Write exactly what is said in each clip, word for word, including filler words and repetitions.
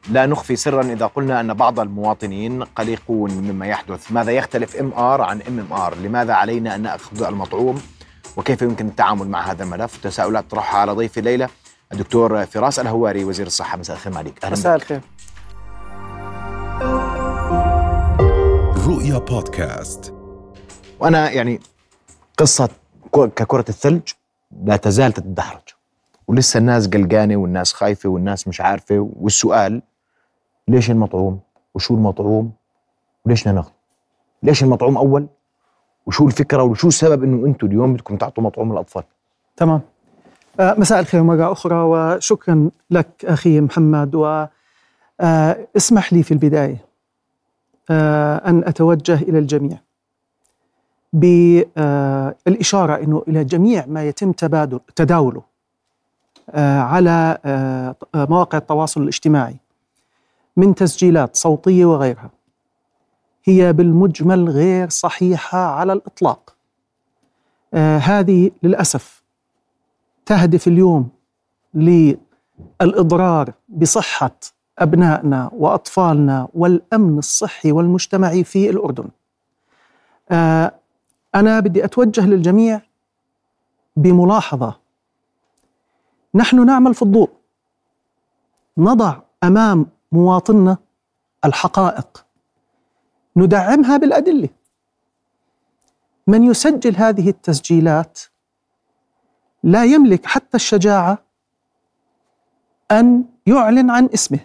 لا نخفي سرا إذا قلنا أن بعض المواطنين قلقون مما يحدث. ماذا يختلف إم آر عن إم إم آر؟ لماذا علينا أن نأخذ المطعوم؟ وكيف يمكن التعامل مع هذا الملف؟ تساؤلات طرحها على ضيف الليلة الدكتور فراس الهواري وزير الصحة. مساء الخير عليك. مساء الخير. رؤيا بودكاست. وأنا يعني قصة ككرة الثلج لا تزال تتدحرج، ولسه الناس قلقانة والناس خايفة والناس مش عارفة. والسؤال ليش المطعوم؟ وشو المطعوم؟ وليش ناخذ؟ ليش المطعوم أول؟ وشو الفكرة؟ وشو السبب إنه أنتوا اليوم بدكم تعطوا مطعوم للأطفال؟ تمام. آه مساء الخير مرة أخرى، وشكرا لك أخي محمد. واسمح لي في البداية آه أن أتوجه إلى الجميع بالإشارة إنه إلى جميع ما يتم تبادل تداوله آه على آه مواقع التواصل الاجتماعي من تسجيلات صوتية وغيرها، هي بالمجمل غير صحيحة على الإطلاق. آه هذه للأسف تهدف اليوم للإضرار بصحة أبنائنا وأطفالنا والأمن الصحي والمجتمعي في الأردن. آه أنا بدي أتوجه للجميع بملاحظة. نحن نعمل في الضوء، نضع أمام مواطننا الحقائق، ندعمها بالأدلة. من يسجل هذه التسجيلات لا يملك حتى الشجاعة أن يعلن عن اسمه.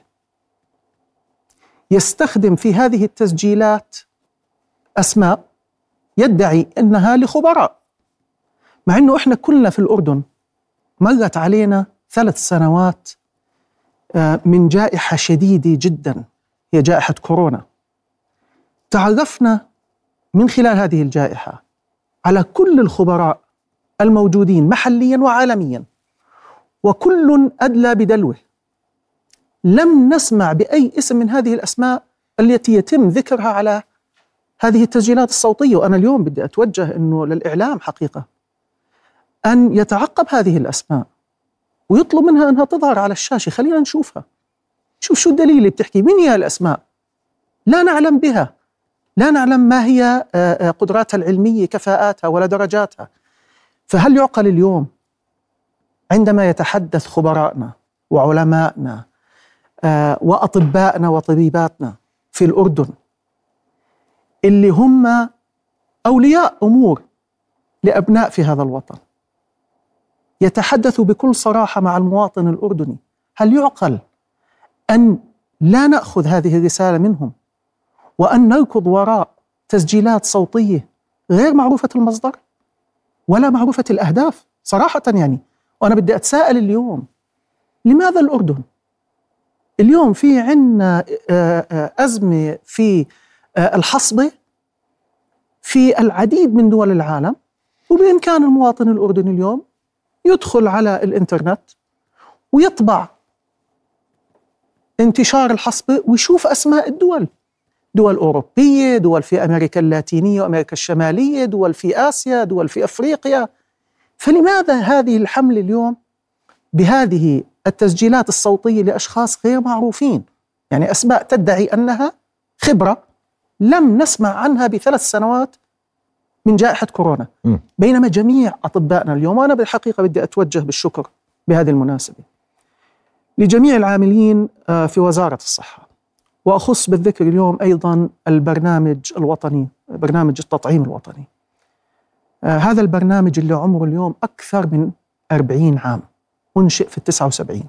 يستخدم في هذه التسجيلات أسماء يدعي أنها لخبراء، مع أنه إحنا كلنا في الأردن مرت علينا ثلاث سنوات من جائحة شديدة جدا، هي جائحة كورونا. تعرفنا من خلال هذه الجائحة على كل الخبراء الموجودين محليا وعالميا، وكل أدلى بدلوه. لم نسمع بأي اسم من هذه الأسماء التي يتم ذكرها على هذه التسجيلات الصوتية. وأنا اليوم بدي أتوجه إنه للإعلام حقيقة أن يتعقب هذه الأسماء ويطلب منها أنها تظهر على الشاشة. خلينا نشوفها، شوف شو الدليل اللي بتحكي. من هي الأسماء؟ لا نعلم بها، لا نعلم ما هي قدراتها العلمية، كفاءاتها ولا درجاتها. فهل يعقل اليوم عندما يتحدث خبراءنا وعلمائنا وأطبائنا وطبيباتنا في الأردن اللي هم أولياء أمور لأبناء في هذا الوطن، يتحدثوا بكل صراحة مع المواطن الأردني، هل يعقل أن لا نأخذ هذه الرسالة منهم وأن نركض وراء تسجيلات صوتية غير معروفة المصدر ولا معروفة الأهداف؟ صراحة يعني. وأنا بدي أتساءل اليوم، لماذا الأردن؟ اليوم في عنا أزمة في الحصبة في العديد من دول العالم، وبإمكان المواطن الأردني اليوم يدخل على الإنترنت ويطبع انتشار الحصبة ويشوف أسماء الدول، دول أوروبية، دول في أمريكا اللاتينية وأمريكا الشمالية، دول في آسيا، دول في أفريقيا. فلماذا هذه الحملة اليوم بهذه التسجيلات الصوتية لأشخاص غير معروفين؟ يعني أسماء تدعي أنها خبرة لم نسمع عنها بثلاث سنوات من جائحة كورونا، بينما جميع أطبائنا اليوم. وأنا بالحقيقة بدي أتوجه بالشكر بهذه المناسبة لجميع العاملين في وزارة الصحة، وأخص بالذكر اليوم أيضا البرنامج الوطني، برنامج التطعيم الوطني. هذا البرنامج اللي عمره اليوم أكثر من أربعين عام، أنشئ في التسعة وسبعين.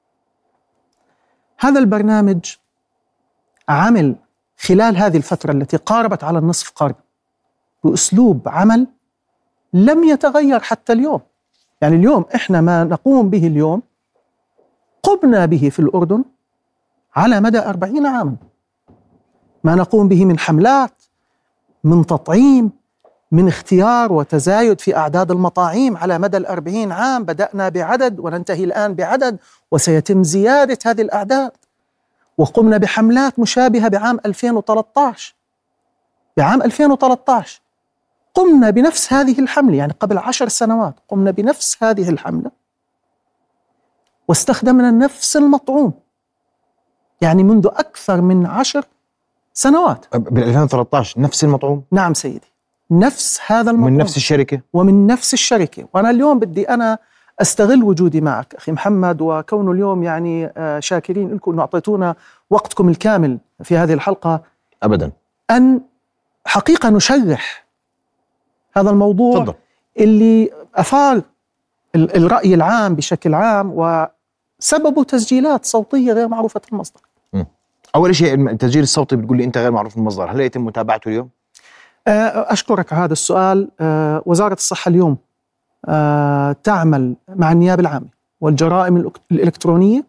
هذا البرنامج عمل خلال هذه الفترة التي قاربت على النصف قرن بأسلوب عمل لم يتغير حتى اليوم. يعني اليوم إحنا ما نقوم به اليوم قمنا به في الأردن على مدى أربعين عاما. ما نقوم به من حملات، من تطعيم، من اختيار وتزايد في أعداد المطاعيم على مدى الأربعين عام. بدأنا بعدد وننتهي الآن بعدد، وسيتم زيادة هذه الأعداد. وقمنا بحملات مشابهة بعام ألفين وثلاثة عشر. بعام ألفين وثلاثة عشر قمنا بنفس هذه الحملة، يعني قبل عشر سنوات قمنا بنفس هذه الحملة واستخدمنا نفس المطعوم. يعني منذ أكثر من عشر سنوات. بال ألفين وثلاثة عشر نفس المطعوم؟ نعم سيدي، نفس هذا المطعوم من نفس الشركة ومن نفس الشركة. وأنا اليوم بدي أنا أستغل وجودي معك أخي محمد، وكونه اليوم يعني شاكرين لكم أنه أعطيتونا وقتكم الكامل في هذه الحلقة أبدا، أن حقيقة نشرح هذا الموضوع فضل. اللي أثار الرأي العام بشكل عام، وسببه تسجيلات صوتية غير معروفة المصدر. م. أول شيء التسجيل الصوتي بتقول لي أنت غير معروف المصدر، هل يتم متابعته اليوم؟ أشكرك على هذا السؤال. وزارة الصحة اليوم تعمل مع النيابة العامة والجرائم الإلكترونية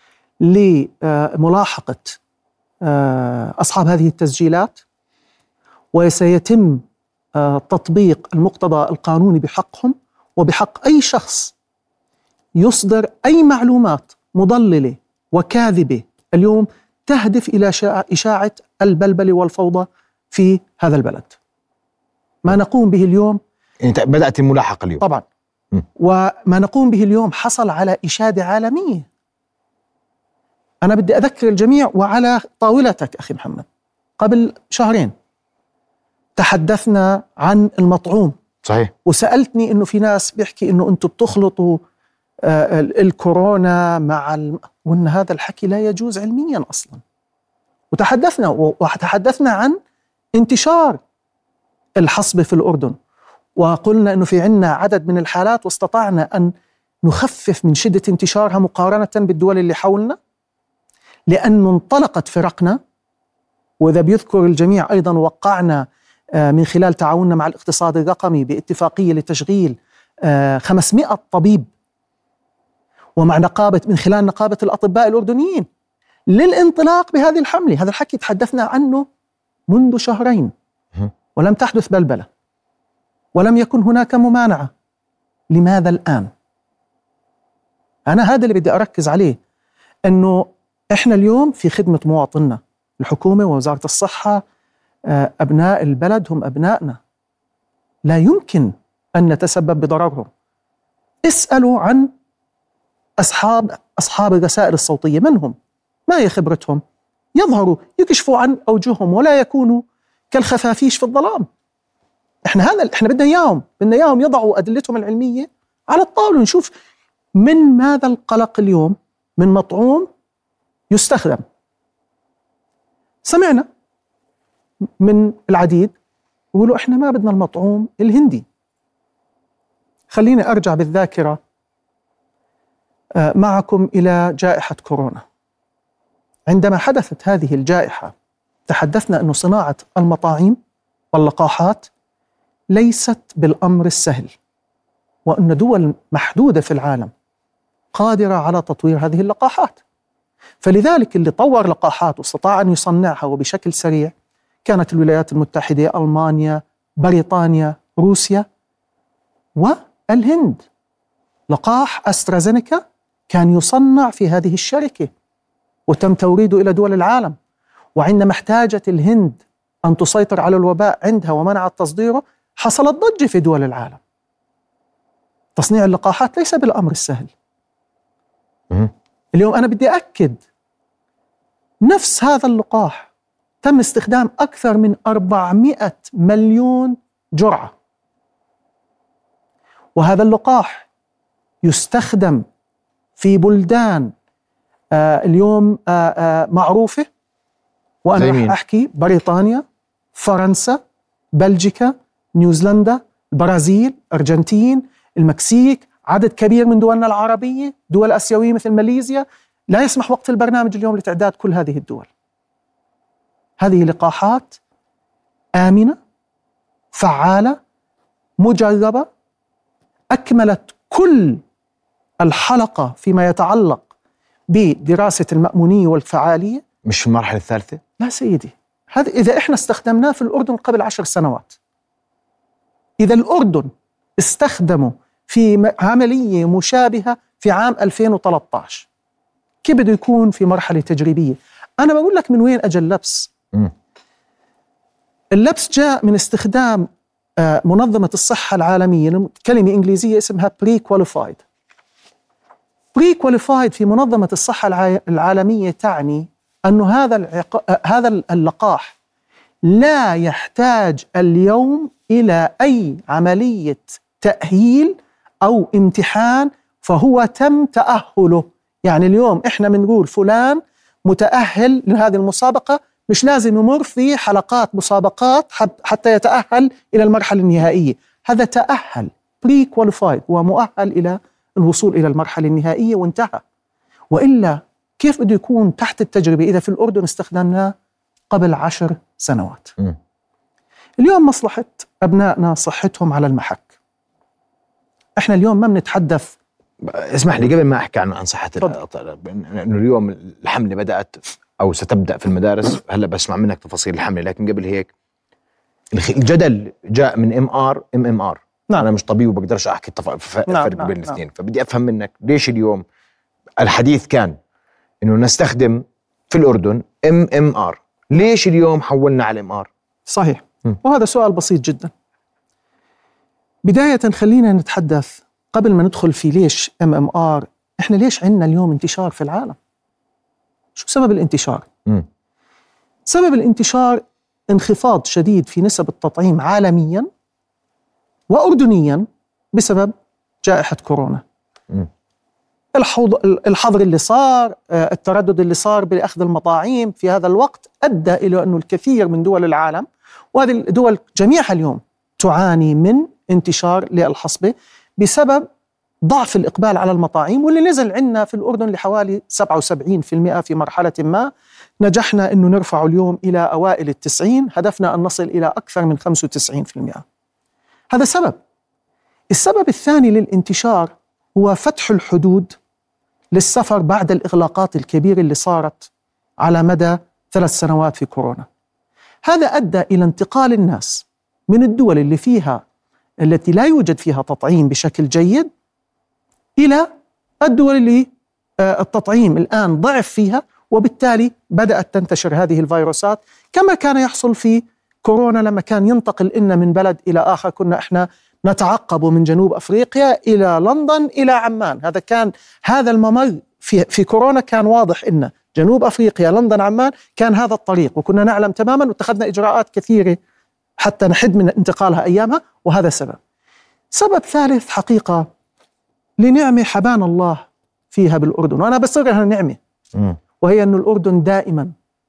لملاحقة أصحاب هذه التسجيلات، وسيتم تطبيق المقتضى القانوني بحقهم وبحق أي شخص يصدر أي معلومات مضللة وكاذبة اليوم تهدف إلى إشاعة البلبلة والفوضى في هذا البلد. ما نقوم به اليوم، أنت بدأت الملاحقة اليوم طبعا م. وما نقوم به اليوم حصل على إشادة عالمية. أنا بدي أذكر الجميع وعلى طاولتك أخي محمد، قبل شهرين تحدثنا عن المطعوم. صحيح. وسألتني إنه في ناس بيحكي إنه أنتم بتخلطوا آه الكورونا مع الم... وإن هذا الحكي لا يجوز علميا أصلا. وتحدثنا وتحدثنا عن انتشار الحصبة في الأردن، وقلنا إنه في عنا عدد من الحالات واستطعنا أن نخفف من شدة انتشارها مقارنة بالدول اللي حولنا، لأنه انطلقت فرقنا. وإذا بيذكر الجميع أيضا وقعنا من خلال تعاوننا مع الاقتصاد الرقمي باتفاقية لتشغيل خمسمائة طبيب، ومع نقابة من خلال نقابة الأطباء الأردنيين للانطلاق بهذه الحملة. هذا الحكي تحدثنا عنه منذ شهرين ولم تحدث بلبلة ولم يكن هناك ممانعة. لماذا الآن؟ أنا هذا اللي بدي أركز عليه، أنه إحنا اليوم في خدمة مواطننا. الحكومة ووزارة الصحة أبناء البلد هم أبنائنا، لا يمكن أن نتسبب بضررهم. اسألوا عن أصحاب أصحاب الرسائل الصوتية، من هم؟ ما هي خبرتهم؟ يظهروا يكشفوا عن أوجههم ولا يكونوا كالخفافيش في الظلام. إحنا هذا إحنا بدنا إياهم بدنا إياهم يضعوا أدلتهم العلمية على الطاولة، نشوف من ماذا القلق اليوم من مطعوم يستخدم. سمعنا من العديد يقولوا إحنا ما بدنا المطعوم الهندي. خليني أرجع بالذاكرة معكم إلى جائحة كورونا. عندما حدثت هذه الجائحة تحدثنا أن صناعة المطاعيم واللقاحات ليست بالأمر السهل، وأن دول محدودة في العالم قادرة على تطوير هذه اللقاحات. فلذلك اللي طور لقاحات واستطاع أن يصنعها وبشكل سريع كانت الولايات المتحدة، ألمانيا، بريطانيا، روسيا والهند. لقاح أسترازينيكا كان يصنع في هذه الشركة وتم توريده إلى دول العالم. وعندما احتاجت الهند أن تسيطر على الوباء عندها ومنعت تصديره حصلت ضجة في دول العالم. تصنيع اللقاحات ليس بالأمر السهل. اليوم أنا بدي أكد نفس هذا اللقاح تم استخدام أكثر من أربعمائة مليون جرعة، وهذا اللقاح يستخدم في بلدان آه اليوم آه آه معروفة، وأنا رح أحكي بريطانيا، فرنسا، بلجيكا، نيوزيلندا، البرازيل، أرجنتين، المكسيك، عدد كبير من دولنا العربية، دول آسيوية مثل ماليزيا. لا يسمح وقت البرنامج اليوم لتعداد كل هذه الدول. هذه لقاحات آمنة، فعالة، مجربة، أكملت كل الحلقة فيما يتعلق بدراسة المأمونية والفعالية. مش في المرحلة الثالثة؟ لا سيدي، هذا إذا إحنا استخدمناه في الأردن قبل عشر سنوات، إذا الأردن استخدموا في عملية مشابهة في عام ألفين وثلاثة عشر، كيف بده يكون في مرحلة تجريبية؟ أنا بقول لك من وين أجى اللبس. م. اللبس جاء من استخدام منظمة الصحة العالمية كلمة إنجليزية اسمها pre-qualified. pre-qualified في منظمة الصحة العالمية تعني أنه هذا العق... هذا اللقاح لا يحتاج اليوم إلى أي عملية تأهيل أو امتحان، فهو تم تأهله. يعني اليوم إحنا بنقول فلان متأهل لهذه المسابقة، مش لازم يمر في حلقات مسابقات حتى يتأهل إلى المرحلة النهائية. هذا تأهل بري كواليفايد ومؤهل إلى الوصول إلى المرحلة النهائية وانتهى. وإلا كيف بده يكون تحت التجربة إذا في الأردن استخدمناه قبل عشر سنوات؟ م. اليوم مصلحة أبنائنا صحتهم على المحك. إحنا اليوم ما بنتحدث. اسمح لي قبل ما أحكي عن عن صحة إنه اليوم الحملة بدأت أو ستبدأ في المدارس، هلا بسمع منك تفاصيل الحملة، لكن قبل هيك الجدل جاء من ام ار ام ام ار. نعم. أنا مش طبيب وبقدرش أحكي الفرق نعم. بين نعم. الاثنين، فبدي أفهم منك ليش اليوم الحديث كان إنه نستخدم في الأردن ام ام ار، ليش اليوم حولنا على ام ار؟ صحيح. م. وهذا سؤال بسيط جدا. بداية خلينا نتحدث قبل ما ندخل في ليش ام ام ار، إحنا ليش عندنا اليوم انتشار في العالم؟ شو سبب الانتشار؟ م. سبب الانتشار انخفاض شديد في نسب التطعيم عالميا وأردنيا بسبب جائحة كورونا. م. الحظر اللي صار، التردد اللي صار بأخذ المطاعيم في هذا الوقت أدى إلى أنه الكثير من دول العالم، وهذه الدول جميعها اليوم تعاني من انتشار للحصبة بسبب ضعف الإقبال على المطاعيم، واللي نزل عندنا في الأردن لحوالي سبعة وسبعين بالمئة في مرحلة ما. نجحنا أنه نرفعه اليوم إلى أوائل التسعين، هدفنا أن نصل إلى أكثر من خمسة وتسعين بالمئة. هذا سبب. السبب الثاني للانتشار هو فتح الحدود للسفر بعد الإغلاقات الكبيرة اللي صارت على مدى ثلاث سنوات في كورونا. هذا أدى إلى انتقال الناس من الدول اللي فيها التي لا يوجد فيها تطعيم بشكل جيد إلى الدول اللي التطعيم الآن ضعف فيها، وبالتالي بدأت تنتشر هذه الفيروسات كما كان يحصل في كورونا لما كان ينتقل إنا من بلد إلى آخر. كنا إحنا نتعقب من جنوب أفريقيا إلى لندن إلى عمان. هذا كان هذا الممر في في كورونا كان واضح إن جنوب أفريقيا لندن عمان كان هذا الطريق، وكنا نعلم تماما واتخذنا إجراءات كثيرة حتى نحد من انتقالها أيامها. وهذا سبب. سبب ثالث حقيقة لنعمة حبان الله فيها بالأردن، وأنا بصيرها نعمة، وهي أن الأردن دائما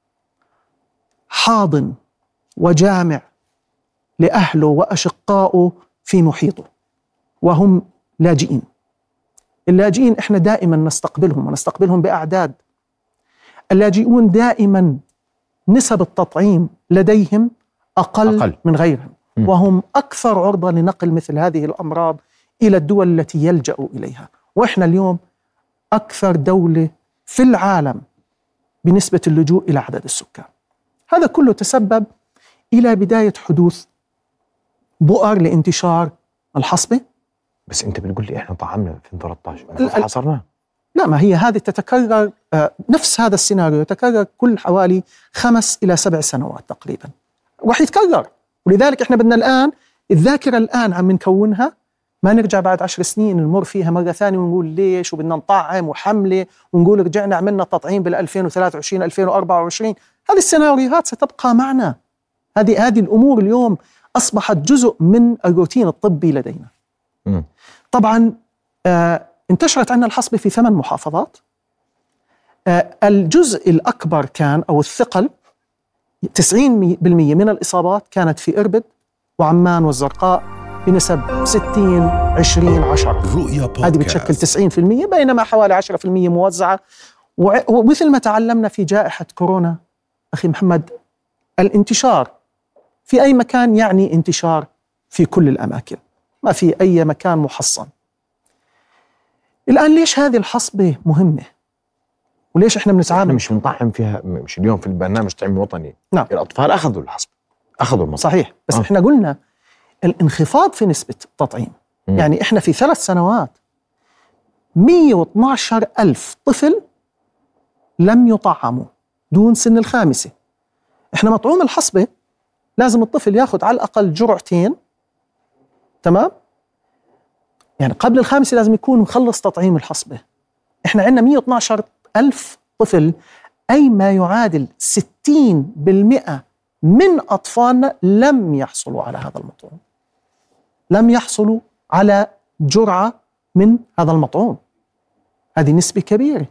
حاضن وجامع لأهله وأشقائه في محيطه، وهم لاجئين. اللاجئين إحنا دائما نستقبلهم ونستقبلهم بأعداد. اللاجئون دائما نسب التطعيم لديهم أقل, أقل. من غيرهم، م. وهم أكثر عرضة لنقل مثل هذه الأمراض إلى الدول التي يلجأوا إليها. وإحنا اليوم أكثر دولة في العالم بنسبة اللجوء إلى عدد السكان. هذا كله تسبب إلى بداية حدوث بؤر لانتشار الحصبة. بس أنت بتقول لي إحنا طعمنا في ثلاثة عشر حصرناه. لا، ما هي هذه تتكرر، نفس هذا السيناريو يتكرر كل حوالي خمس إلى سبع سنوات تقريبا، وح يتكرر. ولذلك إحنا بدنا الآن الذاكرة الآن عم نكونها، ما نرجع بعد عشر سنين نمر فيها مرة ثانية ونقول ليش وبدنا نطعم وحملة ونقول رجعنا عملنا تطعيم بال ألفين وثلاثة وعشرين ألفين وأربعة وعشرين. هذه السيناريوهات ستبقى معنا. هذه هذه الأمور اليوم أصبحت جزء من الروتين الطبي لدينا. م. طبعا آه انتشرت عندنا الحصبة في ثمان محافظات. آه الجزء الأكبر كان أو الثقل تسعين بالمئة من الإصابات كانت في إربد وعمان والزرقاء بنسب ستين عشرين عشرة. هذه بتشكل تسعين بالمئة، بينما حوالي عشرة بالمئة موزعة. ومثل ما تعلمنا في جائحة كورونا أخي محمد، الانتشار في أي مكان يعني انتشار في كل الأماكن، ما في أي مكان محصن. الآن ليش هذه الحصبة مهمة؟ وليش إحنا بنتعامل؟ مش بنطعم فيها، مش اليوم في البرنامج تطعيم وطني. نعم. الأطفال أخذوا الحصبة، أخذوا المصر. صحيح، بس آه. إحنا قلنا الانخفاض في نسبة التطعيم. م. يعني إحنا في ثلاث سنوات مئة واثني عشر ألف طفل لم يطعموا دون سن الخامسة. إحنا مطعوم الحصبة لازم الطفل ياخذ على الأقل جرعتين، تمام؟ يعني قبل الخامسة لازم يكون مخلص تطعيم الحصبة. إحنا عندنا مئة واثني عشر ألف طفل أي ما يعادل ستين بالمئة من أطفالنا لم يحصلوا على هذا المطعوم، لم يحصلوا على جرعة من هذا المطعوم. هذه نسبة كبيرة.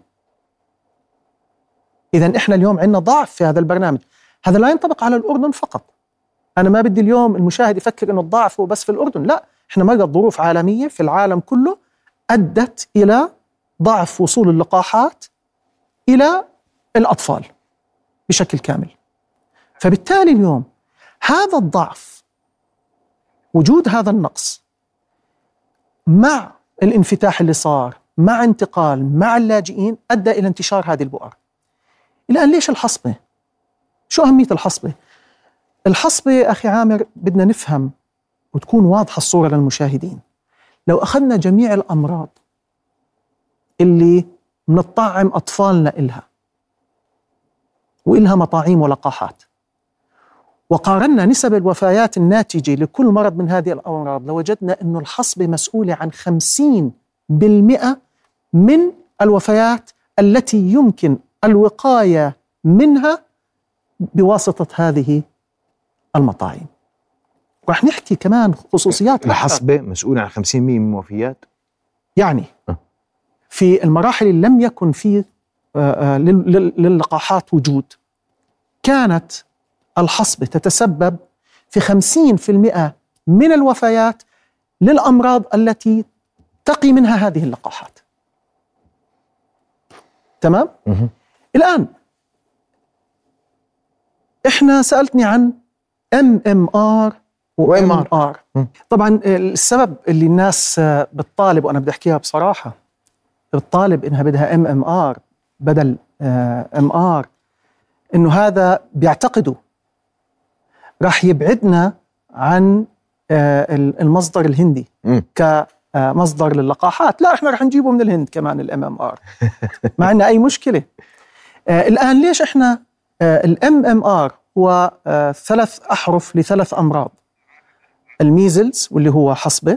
إذن إحنا اليوم عندنا ضعف في هذا البرنامج. هذا لا ينطبق على الأردن فقط. أنا ما بدي اليوم المشاهد يفكر إنه الضعف هو بس في الأردن، لا، إحنا مرقت ظروف عالمية في العالم كله أدت إلى ضعف وصول اللقاحات إلى الأطفال بشكل كامل. فبالتالي اليوم هذا الضعف، وجود هذا النقص مع الانفتاح اللي صار، مع انتقال، مع اللاجئين، أدى إلى انتشار هذه البؤر. الآن ليش الحصبة؟ شو أهمية الحصبة؟ الحصبة أخي عامر بدنا نفهم وتكون واضحة الصورة للمشاهدين. لو أخذنا جميع الأمراض اللي منطعم أطفالنا إلها وإلها مطاعيم ولقاحات، وقارنا نسب الوفيات الناتجة لكل مرض من هذه الأمراض، لوجدنا أن الحصبة مسؤولة عن خمسين بالمئة من الوفيات التي يمكن الوقاية منها بواسطة هذه المطاعيم. ورح نحكي كمان خصوصيات الحصبة مسؤولة عن خمسين بالمئة من الوفيات. يعني في المراحل اللي لم يكن فيه للقاحات وجود، كانت الحصبة تتسبب في خمسين بالمئة من الوفيات للأمراض التي تقي منها هذه اللقاحات. تمام؟ م- الآن إحنا سألتني عن إم إم آر و إم آر. طبعا السبب اللي الناس بتطالب، وأنا بدي أحكيها بصراحة، بتطالب إنها بدها إم إم آر بدل إم آر، إنه هذا بيعتقدوا راح يبعدنا عن المصدر الهندي م. كمصدر للقاحات. لا، إحنا راح نجيبه من الهند كمان الإم إم آر، ما عندنا أي مشكلة. الآن ليش إحنا الإم إم آر هو ثلاث أحرف لثلاث أمراض: الميزلز واللي هو حصبة،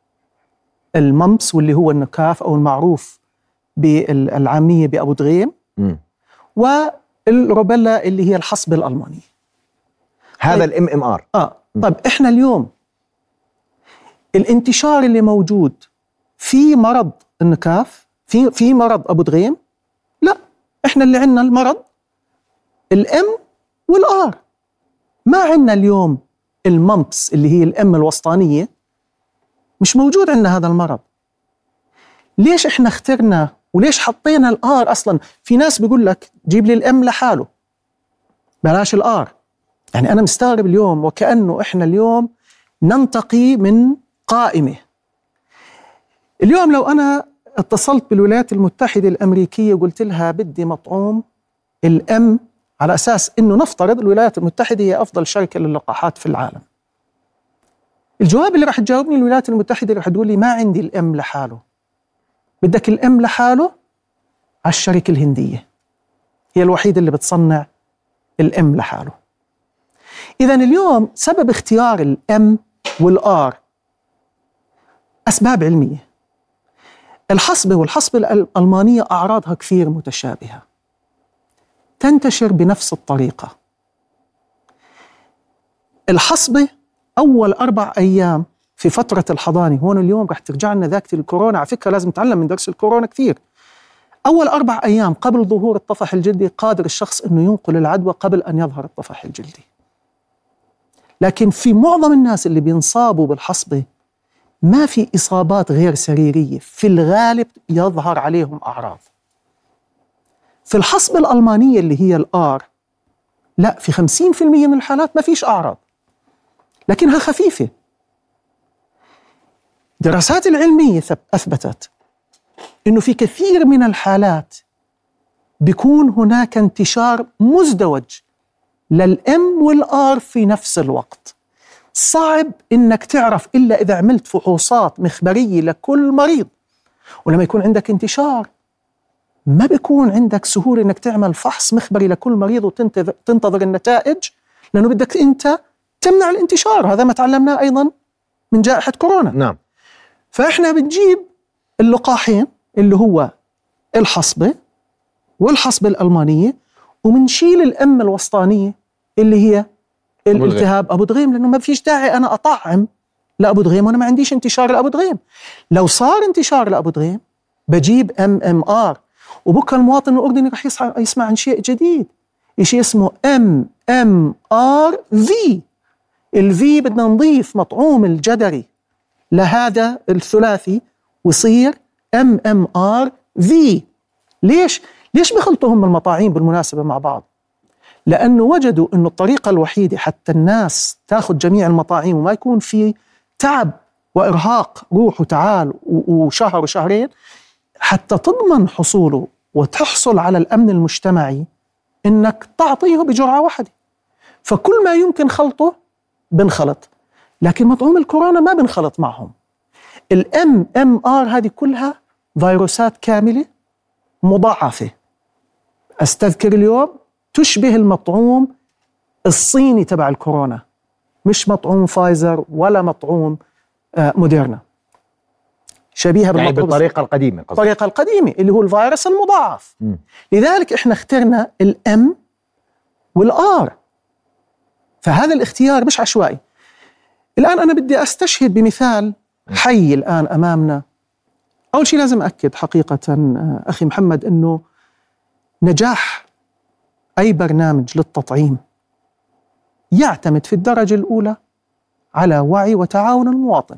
الممبس واللي هو النكاف أو المعروف بالعامية بأبو دغيم، م. والروبيلا اللي هي الحصبة الألمانية. هذا الام ام ار. اه طيب احنا اليوم الانتشار اللي موجود في مرض النكاف، في في مرض ابو دغيم، لا، احنا اللي عندنا المرض الام والار. ما عندنا اليوم الممبس اللي هي الام الوسطانية، مش موجود عندنا هذا المرض. ليش احنا اخترنا وليش حطينا الار اصلا؟ في ناس بيقول لك جيب لي الام لحاله بلاش الار. يعني أنا مستغرب اليوم، وكأنه إحنا اليوم ننتقي من قائمة. اليوم لو أنا اتصلت بالولايات المتحدة الأمريكية وقلت لها بدي مطعوم الأم، على أساس إنه نفترض الولايات المتحدة هي أفضل شركة للقاحات في العالم، الجواب اللي راح تجاوبني الولايات المتحدة راح تقول لي ما عندي الأم لحاله، بدك الأم لحاله على الشركة الهندية، هي الوحيدة اللي بتصنع الأم لحاله. إذن اليوم سبب اختيار الأم والآر أسباب علمية. الحصبة والحصبة الألمانية أعراضها كثير متشابهة، تنتشر بنفس الطريقة. الحصبة أول أربع أيام في فترة الحضانة، هون اليوم رح ترجع لنا ذاكرة الكورونا، على فكرة لازم نتعلم من درس الكورونا كثير. أول أربع أيام قبل ظهور الطفح الجلدي قادر الشخص أنه ينقل العدوى قبل أن يظهر الطفح الجلدي. لكن في معظم الناس اللي بينصابوا بالحصبة ما في إصابات غير سريرية، في الغالب يظهر عليهم أعراض. في الحصبة الألمانية اللي هي الآر، لا، في خمسين بالمئة من الحالات ما فيش أعراض لكنها خفيفة. دراسات العلمية أثبتت إنه في كثير من الحالات بيكون هناك انتشار مزدوج للأم والآر في نفس الوقت. صعب إنك تعرف إلا إذا عملت فحوصات مخبرية لكل مريض، ولما يكون عندك انتشار ما بيكون عندك سهولة إنك تعمل فحص مخبري لكل مريض وتنتظر النتائج، لأنه بدك أنت تمنع الانتشار. هذا ما تعلمناه أيضا من جائحة كورونا. نعم. فإحنا بنجيب اللقاحين اللي هو الحصبة والحصبة الألمانية ومنشيل الأم الوسطانية اللي هي الالتهاب أبو دغيم، لأنه ما فيش داعي أنا أطعم لأبو دغيم وأنا ما عنديش انتشار لأبو دغيم. لو صار انتشار لأبو دغيم بجيب ام ام ار، وبكره المواطن الأردني رح يسمع عن شيء جديد، شيء اسمه ام ام ار في. الفي بدنا نضيف مطعوم الجدري لهذا الثلاثي ويصير ام ام ار في. ليش؟ ليش بخلطوا هم المطاعيم بالمناسبة مع بعض؟ لأنه وجدوا أنه الطريقة الوحيدة حتى الناس تاخذ جميع المطاعيم وما يكون في تعب وإرهاق روح وتعال وشهر وشهرين، حتى تضمن حصوله وتحصل على الأمن المجتمعي، إنك تعطيه بجرعة واحدة. فكل ما يمكن خلطه بنخلط، لكن مطعوم الكورونا ما بنخلط معهم. الام ام ار هذه كلها فيروسات كاملة مضاعفة، أستذكر اليوم تشبه المطعوم الصيني تبع الكورونا، مش مطعوم فايزر ولا مطعوم آه موديرنا، شبيهة يعني بالمطعوم بالطريقة القديمة. الطريقة القديمة اللي هو الفيروس المضاعف. م. لذلك احنا اخترنا الام والار، فهذا الاختيار مش عشوائي. الآن أنا بدي أستشهد بمثال حي الآن أمامنا. أول شيء لازم أكد حقيقة أخي محمد أنه نجاح أي برنامج للتطعيم يعتمد في الدرجة الأولى على وعي وتعاون المواطن.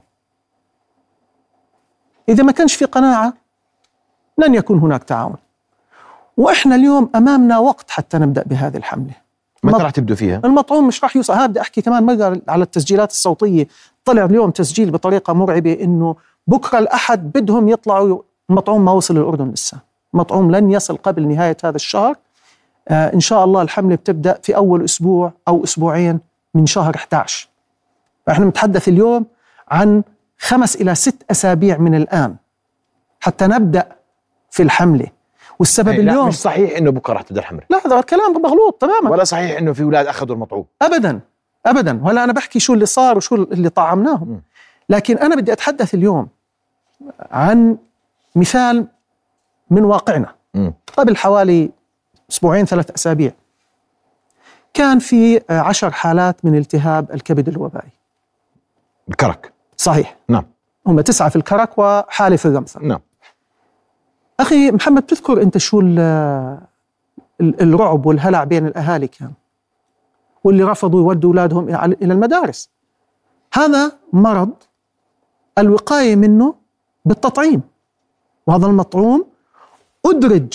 إذا ما كانش في قناعة لن يكون هناك تعاون، وإحنا اليوم أمامنا وقت حتى نبدأ بهذه الحملة. متى راح تبدو فيها؟ المطعوم مش راح يوصل. هذا أحكي كمان مرة على التسجيلات الصوتية، طلع اليوم تسجيل بطريقة مرعبة إنه بكرة الأحد بدهم يطلعوا، المطعوم ما وصل الأردن لسه، المطعوم لن يصل قبل نهاية هذا الشهر. آه إن شاء الله الحملة بتبدأ في أول أسبوع أو أسبوعين من شهر إحدى عشر. فإحنا نتحدث اليوم عن خمس إلى ست أسابيع من الآن حتى نبدأ في الحملة. والسبب لا اليوم مش صحيح إنه بكرة راح تبدأ الحملة، لا هذا كلام مغلوط تماما، ولا صحيح إنه في أولاد أخذوا المطعوم أبدا أبدا. ولا أنا بحكي شو اللي صار وشو اللي طعمناهم م. لكن أنا بدي أتحدث اليوم عن مثال من واقعنا. م. قبل حوالي أسبوعين ثلاث أسابيع كان في عشر حالات من التهاب الكبد الوبائي. الكرك. صحيح. نعم. هم تسعة في الكرك وحالة في الرمثة. نعم. أخي محمد، تذكر أنت شو الرعب والهلع بين الأهالي كان، واللي رفضوا يودوا أولادهم إلى المدارس. هذا مرض الوقاية منه بالتطعيم، وهذا المطعوم أدرج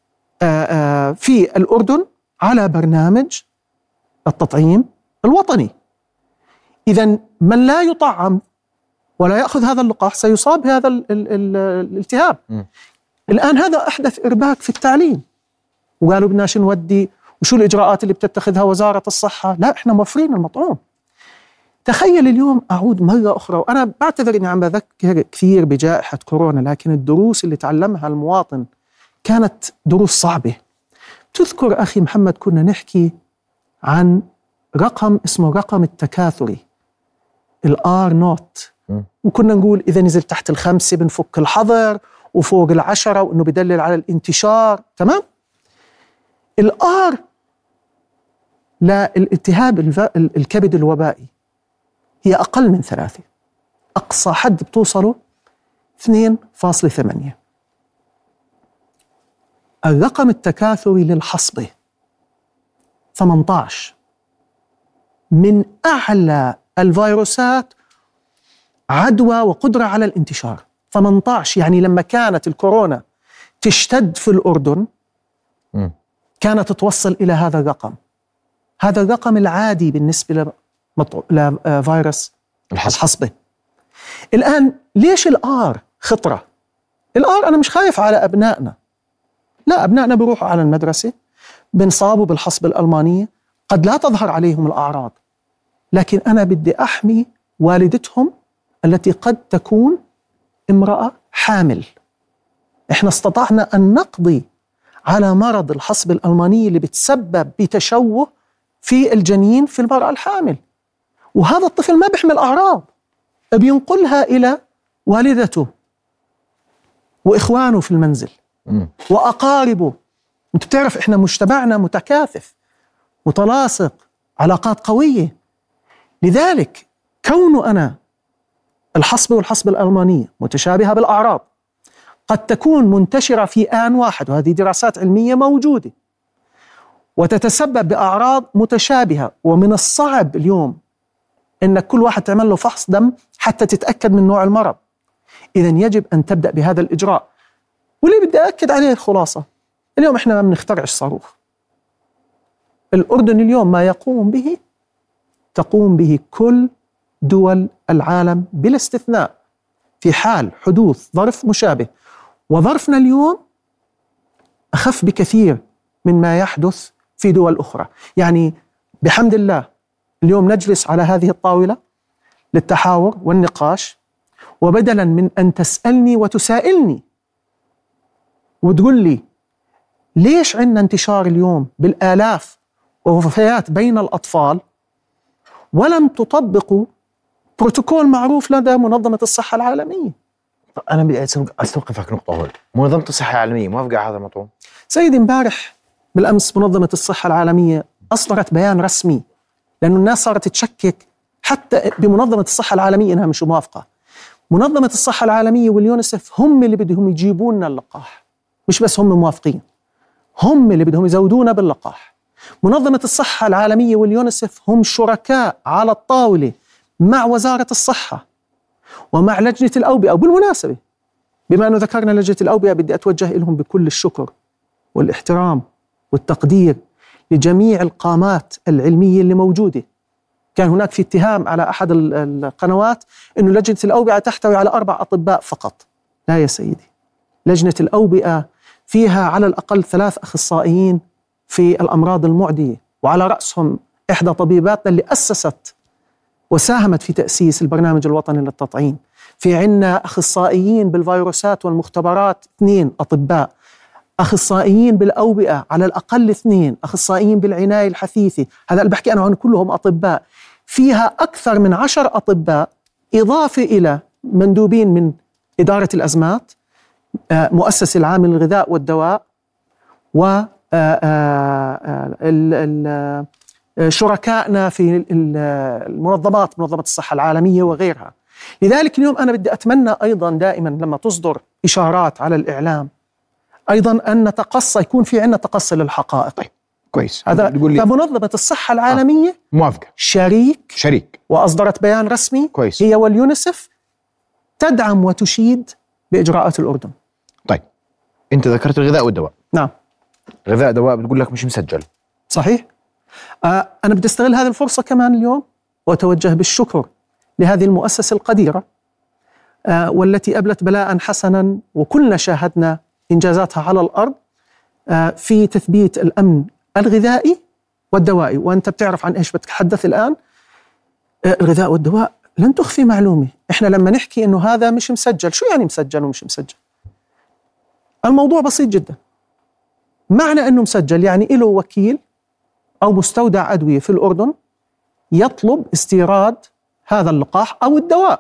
في الأردن على برنامج التطعيم الوطني. إذن من لا يطعم ولا يأخذ هذا اللقاح سيصاب بهذا ال ال ال الالتهاب. م. الآن هذا أحدث إرباك في التعليم، وقالوا بدناش نودي، وشو الإجراءات اللي بتتخذها وزارة الصحة؟ لا إحنا موفرين المطعوم. تخيل اليوم، أعود مرة أخرى، وأنا بعتذر إني عم بذكر كثير بجائحة كورونا، لكن الدروس اللي تعلمها المواطن كانت دروس صعبة. تذكر أخي محمد كنا نحكي عن رقم اسمه رقم التكاثري، الآر نوت، وكنا نقول إذا نزل تحت الخمسة بنفك الحظر، وفوق العشرة وإنه بدلل على الانتشار. تمام. الآر للالتهاب الكبد الوبائي هي أقل من ثلاثة، أقصى حد بتوصله اثنين فاصلة ثمانية. الرقم التكاثري للحصبة ثمانية عشر، من أعلى الفيروسات عدوى وقدرة على الانتشار. ثمانية عشر يعني لما كانت الكورونا تشتد في الأردن م. كانت توصل إلى هذا الرقم. هذا الرقم العادي بالنسبة لفيروس الحصبة. الآن ليش الآر خطرة؟ الآر أنا مش خايف على أبنائنا، لا، أبنائنا بيروحوا على المدرسة بنصابوا بالحصبة الألمانية، قد لا تظهر عليهم الأعراض، لكن أنا بدي أحمي والدتهم التي قد تكون امرأة حامل. إحنا استطعنا أن نقضي على مرض الحصبة الألمانية اللي بتسبب بتشوه في الجنين في المرأة الحامل، وهذا الطفل ما بيحمل أعراض، بينقلها إلى والدته وإخوانه في المنزل م. وأقاربه أنت بتعرف إحنا مجتمعنا متكاثف متلاصق، علاقات قوية. لذلك كون أنا الحصبة والحصبة الألمانية متشابهة بالأعراض قد تكون منتشرة في آن واحد، وهذه دراسات علمية موجودة، وتتسبب بأعراض متشابهة، ومن الصعب اليوم إن كل واحد تعمل له فحص دم حتى تتأكد من نوع المرض. إذن يجب أن تبدأ بهذا الإجراء. واللي بدي أكد عليه الخلاصة، اليوم إحنا ما بنخترعش صاروخ. الأردن اليوم ما يقوم به تقوم به كل دول العالم بلا استثناء في حال حدوث ظرف مشابه، وظرفنا اليوم أخف بكثير من ما يحدث في دول أخرى. يعني بحمد الله اليوم نجلس على هذه الطاولة للتحاور والنقاش، وبدلا من أن تسألني وتسائلني وتقول لي ليش عندنا انتشار اليوم بالآلاف ووفيات بين الأطفال ولم تطبقوا بروتوكول معروف لدى منظمة الصحة العالمية. أنا بدي أستوقفك نقطة هون. منظمة الصحة العالمية موافقة على هذا الموضوع؟ سيدي امبارح بالأمس منظمة الصحة العالمية أصدرت بيان رسمي، لأنه الناس صارت تشكك حتى بمنظمة الصحة العالمية إنها مش موافقة. منظمة الصحة العالمية واليونيسف هم اللي بدهم يجيبون لنا اللقاح، مش بس هم موافقين، هم اللي بدهم يزودونا باللقاح. منظمة الصحة العالمية واليونيسف هم شركاء على الطاولة مع وزارة الصحة ومع لجنة الأوبئة. وبالمناسبة بما أنه ذكرنا لجنة الأوبئة، بدي أتوجه لهم بكل الشكر والاحترام والتقدير لجميع القامات العلمية اللي موجودة. كان هناك في اتهام على أحد القنوات أنه لجنة الأوبئة تحتوي على أربع أطباء فقط. لا يا سيدي، لجنة الأوبئة فيها على الأقل ثلاث أخصائيين في الأمراض المعدية، وعلى رأسهم إحدى طبيباتنا اللي أسست وساهمت في تأسيس البرنامج الوطني للتطعيم. في عنا أخصائيين بالفيروسات والمختبرات اثنين أطباء، أخصائيين بالأوبئة على الأقل اثنين، أخصائيين بالعناية الحثيثة، هذا اللي بحكي أنا عن كلهم أطباء. فيها أكثر من عشر أطباء إضافة إلى مندوبين من إدارة الأزمات، مؤسسة العام للغذاء والدواء، و شركائنا في المنظمات، منظمة الصحة العالمية وغيرها. لذلك اليوم أنا بدي أتمنى أيضا دائما لما تصدر إشارات على الإعلام أيضا أن نتقصى، يكون في عنا تقصي للحقائق. طيب كويس. هذا فمنظمة الصحة العالمية آه. موافقة، شريك شريك وأصدرت بيان رسمي. كويس. هي واليونيسف تدعم وتشيد بإجراءات الأردن. طيب أنت ذكرت الغذاء والدواء. نعم. غذاء دواء بتقول لك مش مسجل. صحيح. آه أنا بدي أستغل هذه الفرصة كمان اليوم وأتوجه بالشكر لهذه المؤسسة القديرة آه والتي أبلت بلاء حسنا، وكلنا شاهدنا إنجازاتها على الأرض آه في تثبيت الأمن الغذائي والدوائي. وأنت بتعرف عن إيش بتحدث الآن. آه الغذاء والدواء لن تخفي معلومة، إحنا لما نحكي إنه هذا مش مسجل، شو يعني مسجل ومش مسجل؟ الموضوع بسيط جدا. معنى أنه مسجل يعني له وكيل أو مستودع أدوية في الأردن يطلب استيراد هذا اللقاح أو الدواء،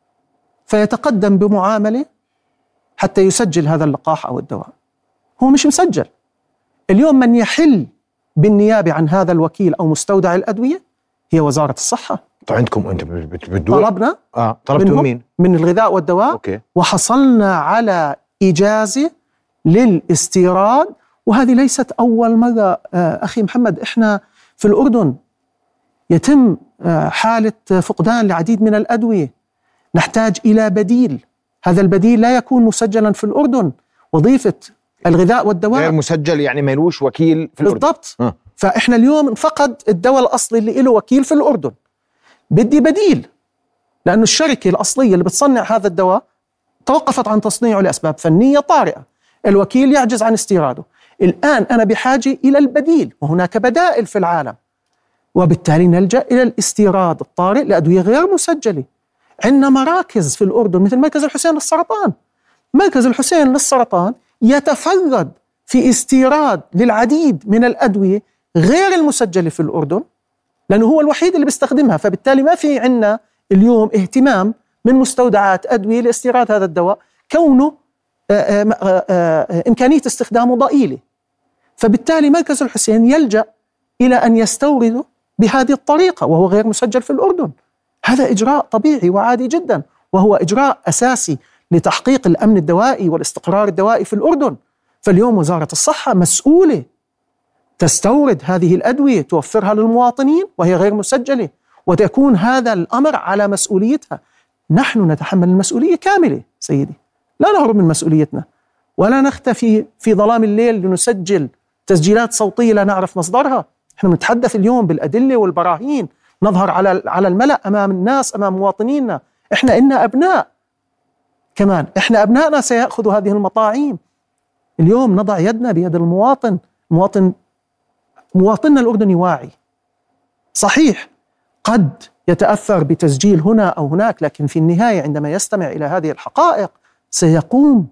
فيتقدم بمعاملة حتى يسجل هذا اللقاح أو الدواء. هو مش مسجل. اليوم من يحل بالنيابة عن هذا الوكيل أو مستودع الأدوية هي وزارة الصحة. طيب عندكم أنت بتدور؟ طلبنا آه طلبتوا مين؟ من الغذاء والدواء. أوكي. وحصلنا على إجازة للاستيراد، وهذه ليست أول مرة أخي محمد. إحنا في الأردن يتم حالة فقدان العديد من الأدوية، نحتاج إلى بديل. هذا البديل لا يكون مسجلا في الأردن. وظيفة الغذاء والدواء غير مسجل يعني ما يلوش وكيل في الأردن. بالضبط. أه. فإحنا اليوم فقد الدواء الأصلي اللي له وكيل في الأردن، بدي بديل، لأنه الشركة الأصلية اللي بتصنع هذا الدواء توقفت عن تصنيعه لأسباب فنية طارئة، الوكيل يعجز عن استيراده. الآن أنا بحاجة إلى البديل، وهناك بدائل في العالم، وبالتالي نلجأ إلى الاستيراد الطارئ لأدوية غير مسجلة. عندنا مراكز في الأردن مثل مركز الحسين للسرطان. مركز الحسين للسرطان يتفرد في استيراد للعديد من الأدوية غير المسجلة في الأردن، لأنه هو الوحيد اللي بيستخدمها. فبالتالي ما في عندنا اليوم اهتمام من مستودعات أدوية لاستيراد هذا الدواء، كونه آآ آآ آآ إمكانية استخدامه ضئيلة. فبالتالي مركز الحسين يلجأ إلى أن يستورد بهذه الطريقة وهو غير مسجل في الأردن. هذا إجراء طبيعي وعادي جدا، وهو إجراء أساسي لتحقيق الأمن الدوائي والاستقرار الدوائي في الأردن. فاليوم وزارة الصحة مسؤولة تستورد هذه الأدوية توفرها للمواطنين وهي غير مسجلة، وتكون هذا الأمر على مسؤوليتها. نحن نتحمل المسؤولية كاملة سيدي، لا نهرب من مسؤوليتنا ولا نختفي في ظلام الليل لنسجل تسجيلات صوتية لا نعرف مصدرها. نحن نتحدث اليوم بالأدلة والبراهين، نظهر على على الملأ أمام الناس، أمام مواطنينا. إحنا إنا أبناء كمان، إحنا أبنائنا سيأخذوا هذه المطاعيم. اليوم نضع يدنا بيد المواطن. مواطن مواطننا الأردني واعي، صحيح قد يتأثر بتسجيل هنا أو هناك، لكن في النهاية عندما يستمع إلى هذه الحقائق سيقوم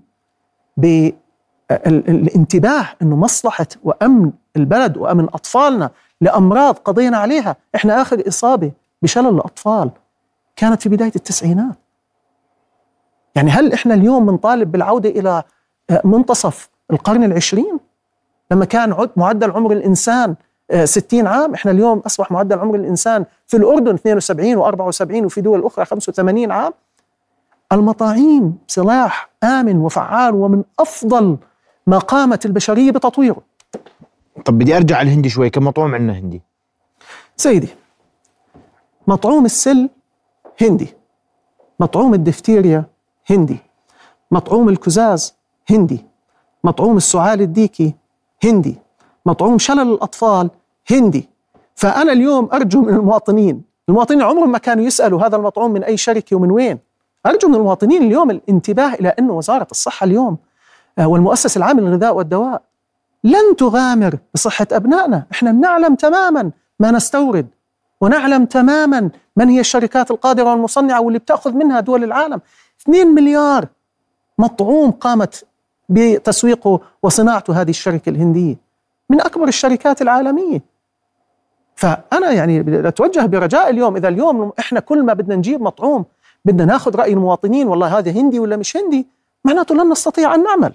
بالانتباه أنه مصلحة وأمن البلد وأمن أطفالنا لأمراض قضينا عليها. إحنا آخر إصابة بشلل الأطفال كانت في بداية التسعينات. يعني هل إحنا اليوم بنطالب بالعودة إلى منتصف القرن العشرين لما كان معدل عمر الإنسان ستين عام؟ إحنا اليوم أصبح معدل عمر الإنسان في الأردن اثنين وسبعين وأربعة وسبعين وفي دول أخرى خمسة وثمانين عام. المطاعيم سلاح آمن وفعال ومن أفضل ما قامت البشرية بتطويره. طب بدي أرجع على الهندي شوي. كم مطعوم عندنا هندي سيدي؟ مطعوم السل هندي، مطعوم الدفتيريا هندي، مطعوم الكزاز هندي، مطعوم السعال الديكي هندي، مطعوم شلل الأطفال هندي. فأنا اليوم أرجو من المواطنين، المواطنين عمرهم ما كانوا يسألوا هذا المطعوم من أي شركة ومن وين. أرجو من المواطنين اليوم الانتباه إلى أن وزارة الصحة اليوم والمؤسسة العامة للغذاء والدواء لن تغامر بصحة أبنائنا. إحنا نعلم تماما ما نستورد، ونعلم تماما من هي الشركات القادرة والمصنعة واللي بتأخذ منها دول العالم. اثنين مليار مطعوم قامت بتسويقه وصناعته هذه الشركة الهندية، من أكبر الشركات العالمية. فأنا يعني أتوجه برجاء اليوم، إذا اليوم إحنا كل ما بدنا نجيب مطعوم بدنا ناخذ رأي المواطنين، والله هذا هندي ولا مش هندي، معناته لن نستطيع أن نعمل.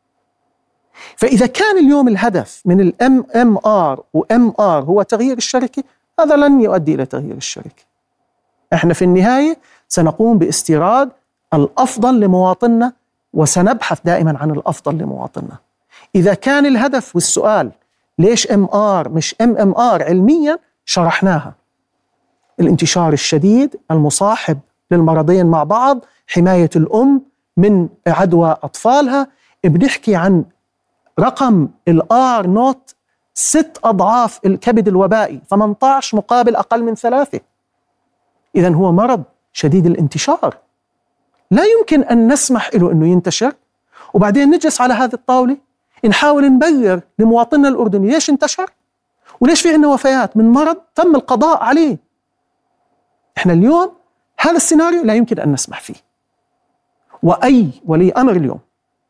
فإذا كان اليوم الهدف من الام ام ار وام ار هو تغيير الشركة، هذا لن يؤدي إلى تغيير الشركة. إحنا في النهاية سنقوم باستيراد الأفضل لمواطننا، وسنبحث دائما عن الأفضل لمواطننا. إذا كان الهدف والسؤال ليش ام ار مش ام ام ار، علميا شرحناها: الانتشار الشديد المصاحب للمرضين مع بعض، حماية الأم من عدوى أطفالها. بنحكي عن رقم الآر نوت ست أضعاف الكبد الوبائي، ثمانية عشر مقابل أقل من ثلاثة. إذن هو مرض شديد الانتشار، لا يمكن أن نسمح له أنه ينتشر وبعدين نجلس على هذه الطاولة نحاول نبرر لمواطننا الأردني ليش انتشر وليش في عندنا وفيات من مرض تم القضاء عليه. إحنا اليوم هذا السيناريو لا يمكن أن نسمح فيه، وأي ولي أمر اليوم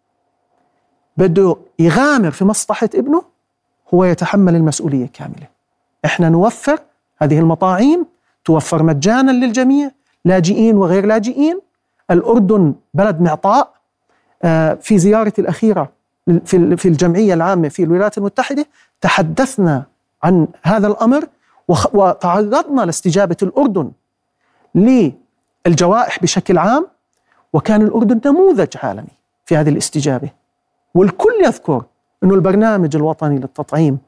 بده يغامر في مصلحة ابنه هو يتحمل المسؤولية كاملة. إحنا نوفر هذه المطاعيم، توفر مجانا للجميع، لاجئين وغير لاجئين. الأردن بلد معطاء. في زيارتي الأخيرة في الجمعية العامة في الولايات المتحدة تحدثنا عن هذا الأمر وتعرضنا لاستجابة الأردن للجوائح بشكل عام، وكان الأردن نموذج عالمي في هذه الاستجابة. والكل يذكر أنه البرنامج الوطني للتطعيم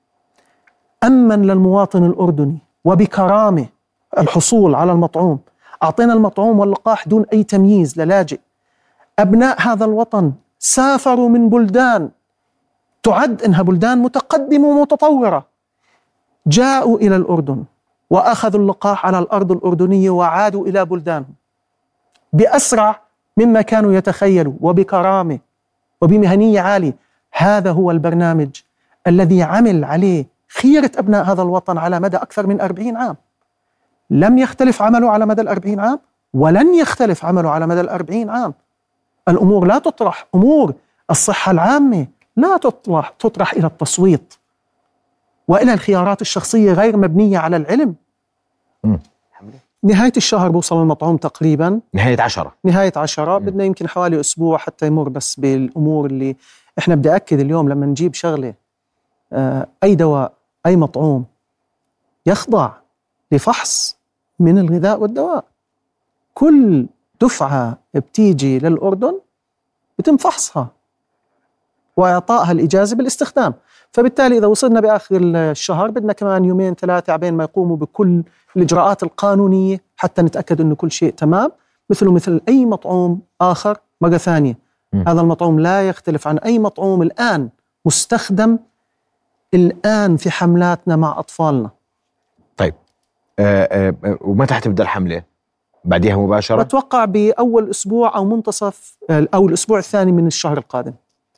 أمن للمواطن الأردني وبكرامة الحصول على المطعوم. أعطينا المطعوم واللقاح دون أي تمييز للاجئ. أبناء هذا الوطن سافروا من بلدان تعد أنها بلدان متقدمة ومتطورة، جاءوا إلى الأردن وأخذوا اللقاح على الأرض الأردنية وعادوا إلى بلدانهم بأسرع مما كانوا يتخيلوا وبكرامة وبمهنية عالية. هذا هو البرنامج الذي عمل عليه خيرة أبناء هذا الوطن على مدى أكثر من أربعين عام. لم يختلف عمله على مدى الأربعين عام ولن يختلف عمله على مدى الأربعين عام. الأمور لا تطرح، أمور الصحة العامة لا تطرح, تطرح إلى التصويت وإلى الخيارات الشخصية غير مبنية على العلم. م. نهاية الشهر بوصل المطعوم تقريبا نهاية عشرة نهاية عشرة م. بدنا يمكن حوالي أسبوع حتى يمر. بس بالأمور اللي إحنا بدي أكد اليوم لما نجيب شغلة أي دواء أي مطعوم يخضع لفحص من الغذاء والدواء. كل دفعة بتيجي للأردن بتم فحصها وإعطائها الإجازة بالاستخدام. فبالتالي إذا وصلنا بآخر الشهر بدنا كمان يومين ثلاثة عبين ما يقوموا بكل الإجراءات القانونية حتى نتأكد أنه كل شيء تمام، مثله مثل أي مطعوم آخر. مرة ثانية م. هذا المطعوم لا يختلف عن أي مطعوم الآن مستخدم الآن في حملاتنا مع أطفالنا. طيب آه آه ومتى حتبدأ الحملة؟ بعدها مباشرة؟ بتوقع بأول أسبوع أو منتصف أو الأسبوع الثاني من الشهر القادم.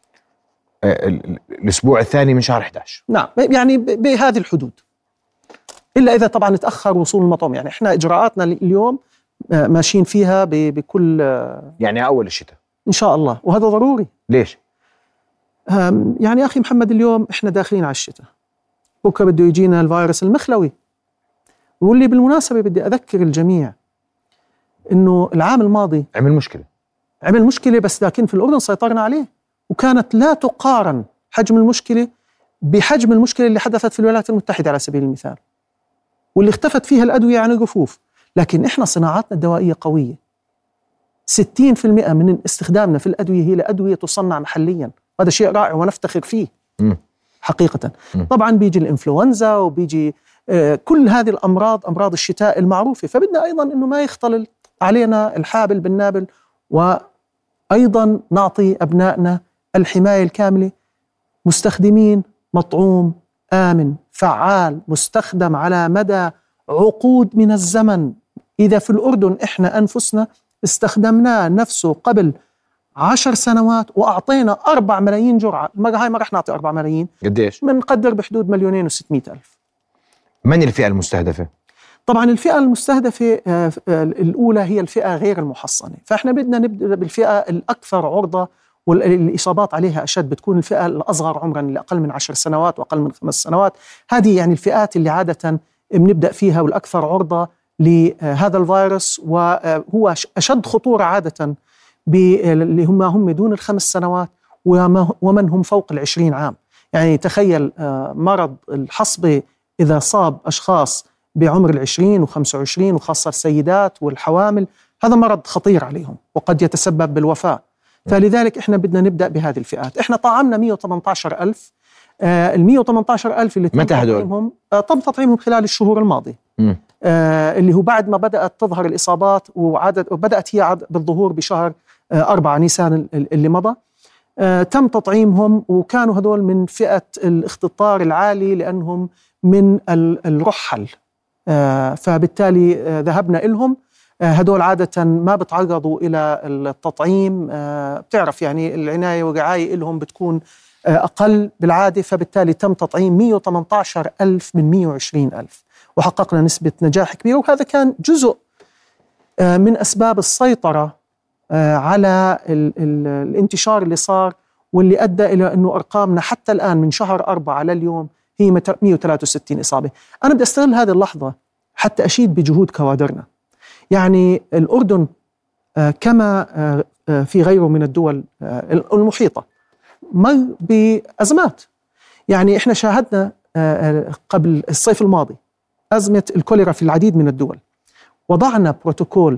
آه الأسبوع الثاني من شهر إحدى عشر. نعم، يعني بهذه الحدود، إلا إذا طبعا تأخر وصول المطعوم. يعني إحنا إجراءاتنا اليوم ماشيين فيها بكل يعني أول الشتاء إن شاء الله، وهذا ضروري. ليش؟ يعني أخي محمد اليوم إحنا داخلين على الشتاء، بكرة بده يجينا الفيروس المخلوي. واللي بالمناسبة بدي أذكر الجميع إنه العام الماضي عمل مشكلة عمل مشكلة بس لكن في الأردن سيطرنا عليه، وكانت لا تقارن حجم المشكلة بحجم المشكلة اللي حدثت في الولايات المتحدة على سبيل المثال، واللي اختفت فيها الأدوية عن الرفوف. لكن إحنا صناعاتنا الدوائية قوية، ستين بالمئة من استخدامنا في الأدوية هي لأدوية تصنع محليا، هذا شيء رائع ونفتخر فيه م. حقيقة. م. طبعا بيجي الإنفلونزا وبيجي آه كل هذه الأمراض، أمراض الشتاء المعروفة، فبدنا أيضا أنه ما يختلط علينا الحابل بالنابل، وأيضا نعطي أبنائنا الحماية الكاملة، مستخدمين مطعوم آمن فعال مستخدم على مدى عقود من الزمن. إذا في الأردن إحنا أنفسنا استخدمناه نفسه قبل عشر سنوات وأعطينا أربع ملايين جرعة، المرة هاي ما رح نعطي أربع ملايين. قديش؟ منقدر بحدود مليونين وستمائة ألف. من الفئة المستهدفة؟ طبعا الفئة المستهدفة الأولى هي الفئة غير المحصنة، فإحنا بدنا نبدأ بالفئة الأكثر عرضة والإصابات عليها أشد، بتكون الفئة الأصغر عمراً اللي أقل من عشر سنوات وأقل من خمس سنوات. هذه يعني الفئات اللي عادة بنبدأ فيها والأكثر عرضة لهذا الفيروس، وهو أشد خطورة عادة اللي هم هم دون الخمس سنوات ومن هم فوق العشرين عام. يعني تخيل مرض الحصبة إذا صاب أشخاص بعمر العشرين وخمسة وعشرين وخاصة السيدات والحوامل، هذا مرض خطير عليهم وقد يتسبب بالوفاة. فلذلك إحنا بدنا نبدأ بهذه الفئات. إحنا طعمنا مئة وثمانية عشر ألف، آه ال مئة وثمانية عشر ألف اللي تم تطعيمهم آه تم تطعيمهم خلال الشهور الماضية، آه اللي هو بعد ما بدأت تظهر الإصابات وعدد وبدأت هي عد بالظهور بشهر آه أربعة نيسان اللي مضى. آه تم تطعيمهم وكانوا هذول من فئة الاختطار العالي لأنهم من الرحل، آه فبالتالي آه ذهبنا إلهم. هدول عادة ما بتعرضوا إلى التطعيم، بتعرف يعني العناية والرعاية لهم بتكون أقل بالعادة، فبالتالي تم تطعيم مئة وثمانية عشر ألف من مئة وعشرين ألف وحققنا نسبة نجاح كبيرة. وهذا كان جزء من أسباب السيطرة على ال ال الانتشار اللي صار، واللي أدى إلى أنه أرقامنا حتى الآن من شهر أربعة لليوم هي مئة وثلاثة وستين إصابة. أنا بدي أستغل هذه اللحظة حتى أشيد بجهود كوادرنا. يعني الأردن كما في غيره من الدول المحيطة مر بأزمات. يعني إحنا شاهدنا قبل الصيف الماضي أزمة الكوليرا في العديد من الدول، وضعنا بروتوكول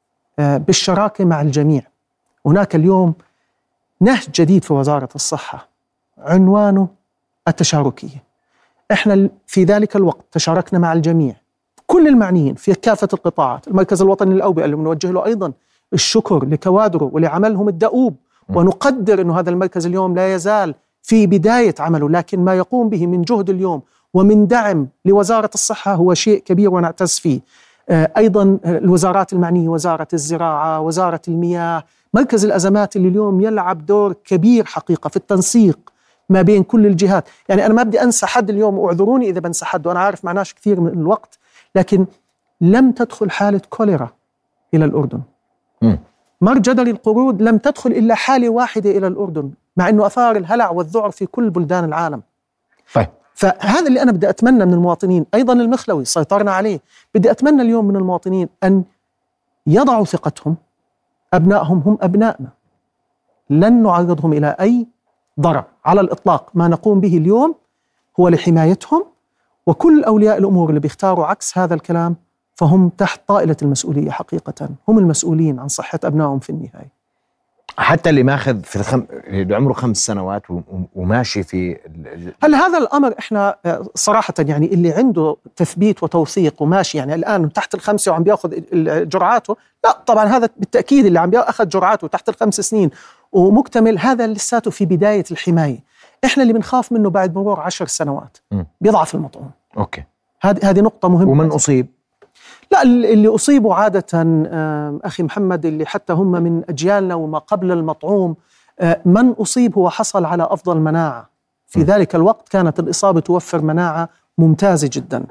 بالشراكة مع الجميع. هناك اليوم نهج جديد في وزارة الصحة عنوانه التشاركية. إحنا في ذلك الوقت تشاركنا مع الجميع، كل المعنيين في كافة القطاعات. المركز الوطني للأوبئة اللي بنوجه له أيضا الشكر لكوادره ولعملهم الدؤوب، ونقدر أنه هذا المركز اليوم لا يزال في بداية عمله، لكن ما يقوم به من جهد اليوم ومن دعم لوزارة الصحة هو شيء كبير ونعتز فيه. أيضا الوزارات المعنية، وزارة الزراعة، وزارة المياه، مركز الأزمات اللي اليوم يلعب دور كبير حقيقة في التنسيق ما بين كل الجهات. يعني أنا ما بدي أنسى حد اليوم، واعذروني إذا بنسى حد وأنا عارف معناش كثير من الوقت، لكن لم تدخل حالة كوليرا إلى الأردن. م. مر جدري القرود لم تدخل إلا حالة واحدة إلى الأردن، مع أنه أثار الهلع والذعر في كل بلدان العالم. طيب. فهذا اللي أنا بدي أتمنى من المواطنين. أيضا المخلوي سيطرنا عليه، بدي أتمنى اليوم من المواطنين أن يضعوا ثقتهم، أبنائهم هم أبنائنا، لن نعرضهم إلى أي ضرر على الإطلاق. ما نقوم به اليوم هو لحمايتهم، وكل أولياء الأمور اللي بيختاروا عكس هذا الكلام فهم تحت طائلة المسؤولية حقيقة، هم المسؤولين عن صحة أبنائهم في النهاية. حتى اللي ماخذ في الخم... اللي عمره خمس سنوات و... وماشي في هل هذا الأمر إحنا صراحة يعني اللي عنده تثبيت وتوثيق وماشي يعني الآن تحت الخمسة وعم بياخذ جرعاته، لا طبعا هذا بالتأكيد اللي عم بياخذ جرعاته تحت الخمس سنين ومكتمل هذا لساته في بداية الحماية. إحنا اللي بنخاف منه بعد مرور عشر سنوات م. بيضعف المطعوم. أوكي، هذه هذه نقطة مهمة. ومن أصيب؟ لا، اللي أصيبوا عادة أخي محمد اللي حتى هم من أجيالنا وما قبل المطعوم، من أصيب هو حصل على أفضل مناعة في م. ذلك الوقت كانت الإصابة توفر مناعة ممتازة جدا.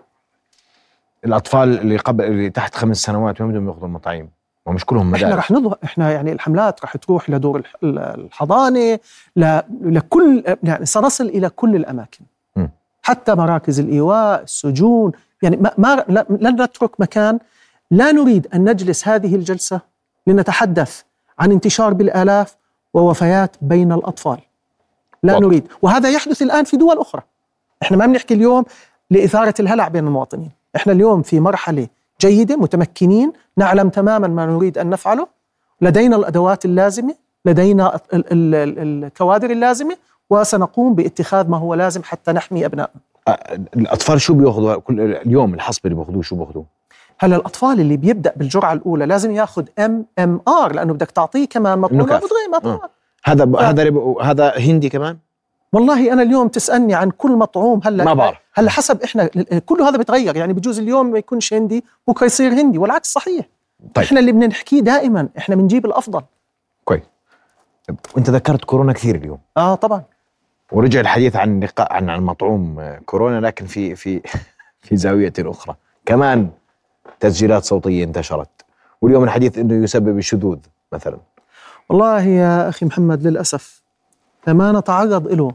الأطفال اللي قبل اللي تحت خمس سنوات وهم بدهم يأخذوا المطاعيم ومش كلهم مدارس. احنا رح نظهر احنا يعني الحملات رح تروح لدور الحضانة ل... لكل يعني سنصل إلى كل الأماكن م. حتى مراكز الإيواء، السجون، يعني ما, ما لن نترك مكان. لا نريد أن نجلس هذه الجلسة لنتحدث عن انتشار بالآلاف ووفيات بين الأطفال، لا وقت. نريد. وهذا يحدث الآن في دول أخرى. احنا ما بنحكي اليوم لإثارة الهلع بين المواطنين، احنا اليوم في مرحلة جيدة، متمكنين، نعلم تماما ما نريد أن نفعله، لدينا الأدوات اللازمة، لدينا الكوادر اللازمة، وسنقوم باتخاذ ما هو لازم حتى نحمي أبنائنا. الأطفال شو بيأخذوا كل اليوم؟ الحصبة اللي بيأخذوه شو بيأخذوه؟ هلا الأطفال اللي بيبدأ بالجرعة الأولى لازم يأخذ إم إم آر لأنه بدك تعطيه كمان مطعوم مطعوم. هذا ف... هذا رب... هذا هندي كمان. والله أنا اليوم تسألني عن كل مطعوم هلا ما بعرف. هلا حسب إحنا كله هذا بيتغير، يعني بجوز اليوم ما يكونش هندي بكره يصير هندي والعكس صحيح. طيب. إحنا اللي بنحكيه دائما إحنا بنجيب الأفضل. كويس. وأنت ذكرت كورونا كثير اليوم. آه طبعا. ورجع الحديث عن لقاء عن المطعوم كورونا، لكن في في في زاوية أخرى كمان تسجيلات صوتية انتشرت، واليوم الحديث إنه يسبب الشذوذ مثلا. والله يا أخي محمد للأسف ما نتعرض له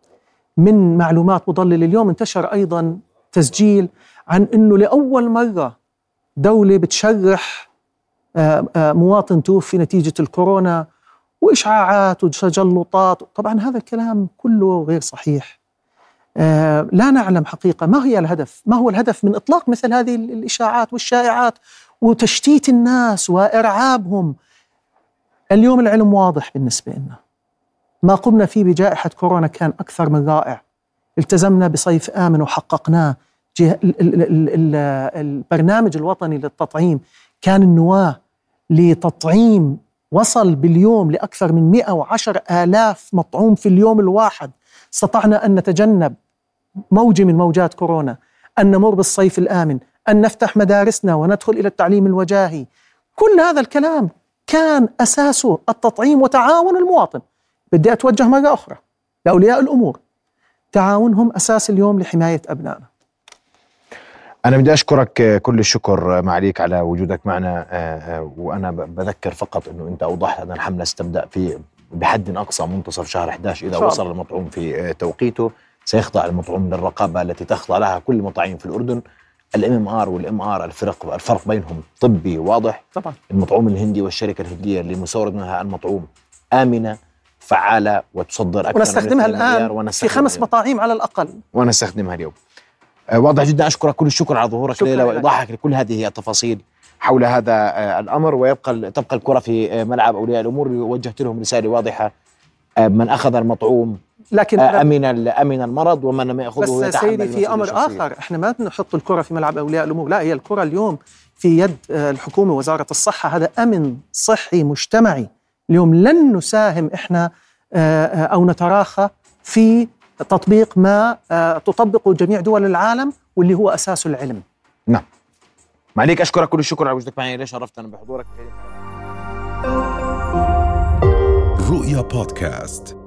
من معلومات مضللة. اليوم انتشر أيضا تسجيل عن إنه لأول مرة دولة بتشرح مواطن توفي نتيجة الكورونا، وإشعاعات وتجلطات. طبعا هذا الكلام كله غير صحيح. لا نعلم حقيقة ما هي الهدف، ما هو الهدف من إطلاق مثل هذه الإشاعات والشائعات وتشتيت الناس وإرعابهم. اليوم العلم واضح بالنسبة لنا، ما قمنا فيه بجائحة كورونا كان أكثر من رائع. التزمنا بصيف آمن وحققناه. البرنامج الوطني للتطعيم كان النواة لتطعيم وصل باليوم لأكثر من مئة وعشرة آلاف مطعوم في اليوم الواحد. استطعنا أن نتجنب موجة من موجات كورونا، أن نمر بالصيف الآمن، أن نفتح مدارسنا وندخل إلى التعليم الوجاهي. كل هذا الكلام كان أساسه التطعيم وتعاون المواطن. بدي أتوجه مرة أخرى لأولياء الأمور، تعاونهم أساس اليوم لحماية أبنائنا. أنا بدي أشكرك كل الشكر معليك على وجودك معنا، وأنا بذكر فقط أنه أنت أوضحت أن الحملة ستبدأ في بحد أقصى منتصف شهر أحد عشر. إذا وصل المطعوم في توقيته سيخضع المطعوم للرقابة التي تخضع لها كل المطاعيم في الأردن. الام ام ار والام ار الفرق الفرق بينهم طبي واضح. طبعا المطعوم الهندي والشركة الهندية اللي مستورد منها المطعوم آمنة فعالة وتصدر أكثر ونستخدمها الآن في خمس اليوم. مطاعيم على الأقل ونستخدمها اليوم. أه واضح جدا. أشكرك كل الشكر على ظهورك ليلة وإيضاحك لكل هذه التفاصيل حول هذا أه الأمر. ويبقى تبقى الكرة في ملعب أولياء الأمور. وجهت لهم رسالة واضحة، أه من أخذ المطعوم لكن أه أمن أمن المرض ومن لم يأخذه بس سيدي في أمر آخر، إحنا ما نحط الكرة في ملعب أولياء الأمور، لا، هي الكرة اليوم في يد الحكومة ووزارة الصحة. هذا أمن صحي مجتمعي. اليوم لن نساهم إحنا أو نتراخى في تطبيق ما تطبقه جميع دول العالم واللي هو أساس العلم. نعم. معليك أشكرك كل الشكر على وجودك معي. ليش شرفتنا بحضورك. رؤيا بودكاست.